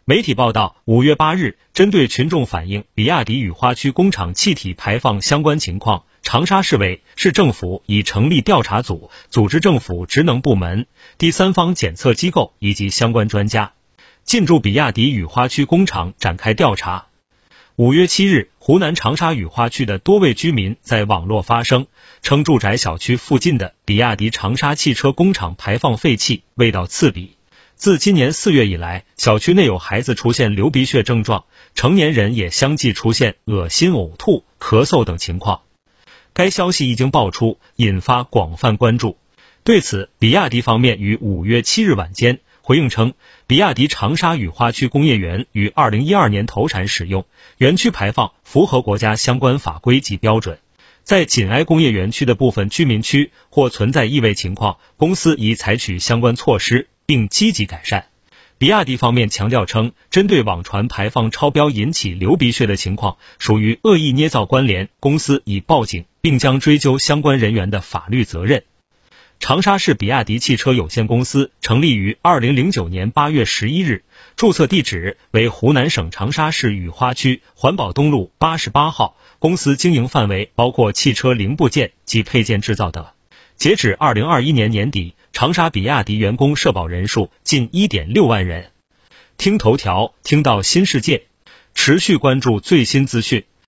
媒体报道，5月8日，针对群众反映比亚迪雨花区工厂气体排放相关情况，长沙市委市政府已成立调查组，组织政府职能部门、第三方检测机构以及相关专家，进驻比亚迪雨花区工厂展开调查。5月7日，湖南长沙雨花区的多位居民在网络发声，称住宅小区附近的比亚迪长沙汽车工厂排放废气味道刺鼻。自今年4月以来，小区内有孩子出现流鼻血症状，成年人也相继出现恶心、呕吐、咳嗽等情况。该消息一经爆出，引发广泛关注。对此，比亚迪方面于5月7日晚间回应称，比亚迪长沙雨花区工业园于2012年投产使用，园区排放符合国家相关法规及标准。在紧挨工业园区的部分居民区或存在异味情况，公司已采取相关措施，并积极改善。比亚迪方面强调称，针对网传排放超标引起流鼻血的情况，属于恶意捏造关联，公司已报警，并将追究相关人员的法律责任。长沙市比亚迪汽车有限公司成立于2009年8月11日，注册地址为湖南省长沙市雨花区环保东路88号，公司经营范围包括汽车零部件及配件制造等。截止2021年年底，长沙比亚迪员工社保人数近 1.6万人。听头条，听到新世界，持续关注最新资讯。